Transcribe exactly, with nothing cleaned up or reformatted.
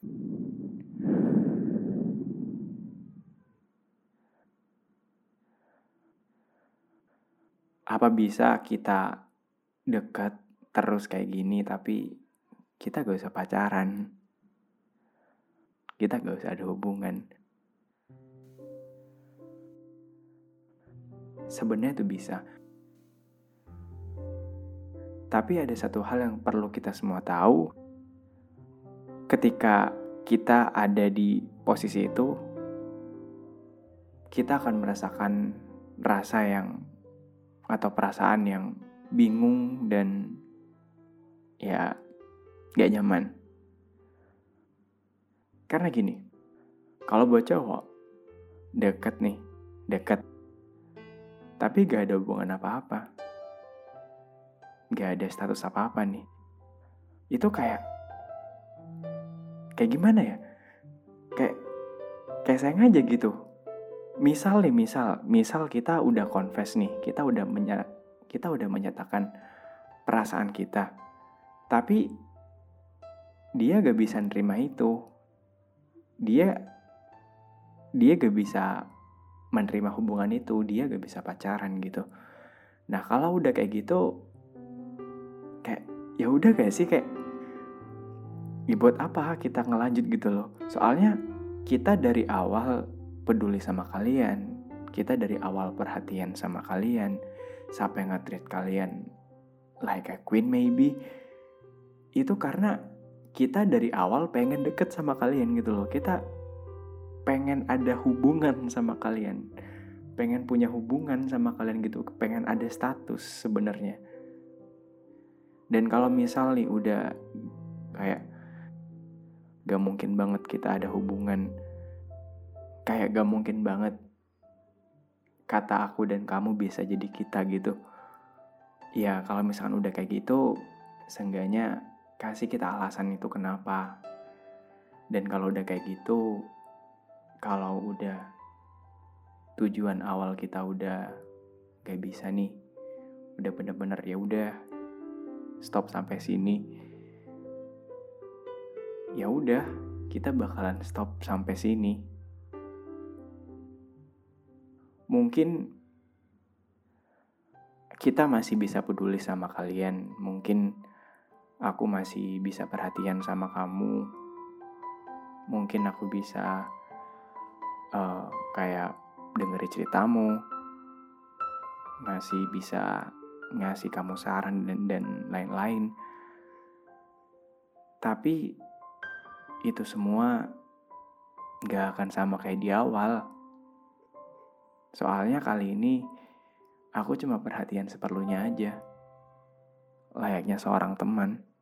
Apa bisa kita dekat terus kayak gini tapi kita gak usah pacaran, kita gak usah ada hubungan? Sebenarnya itu bisa. Tapi ada satu hal yang perlu kita semua tahu. Ketika kita ada di posisi itu, kita akan merasakan rasa yang atau perasaan yang bingung dan ya gak nyaman. Karena gini, kalau buat cowok deket nih, deket, tapi gak ada hubungan apa-apa, gak ada status apa-apa nih, itu kayak kayak gimana ya? Kayak kayak sayang aja gitu. Misal nih, misal, misal kita udah confess nih, kita udah menyata, kita udah menyatakan perasaan kita, tapi dia gak bisa nerima itu. Dia dia gak bisa menerima hubungan itu, dia gak bisa pacaran gitu. Nah kalau udah kayak gitu, kayak ya udah gak sih, kayak ya buat apa kita ngelanjut gitu loh. Soalnya kita dari awal peduli sama kalian, kita dari awal perhatian sama kalian, sampai nge-treat kalian like a queen maybe, itu karena kita dari awal pengen deket sama kalian gitu loh. Kita pengen ada hubungan sama kalian, pengen punya hubungan sama kalian gitu, pengen ada status sebenarnya. Dan kalau misal nih udah kayak gak mungkin banget kita ada hubungan, kayak gak mungkin banget kata aku dan kamu bisa jadi kita gitu. Ya kalau misalkan udah kayak gitu, seenggaknya kasih kita alasan itu kenapa. Dan kalau udah kayak gitu, kalau udah tujuan awal kita udah gak bisa nih, udah bener-bener ya udah stop sampai sini, ya udah kita bakalan stop sampai sini. Mungkin kita masih bisa peduli sama kalian, mungkin aku masih bisa perhatian sama kamu, mungkin aku bisa uh, kayak dengerin ceritamu, masih bisa ngasih kamu saran dan, dan lain-lain. Tapi itu semua gak akan sama kayak di awal. Soalnya kali ini aku cuma perhatian seperlunya aja, layaknya seorang teman.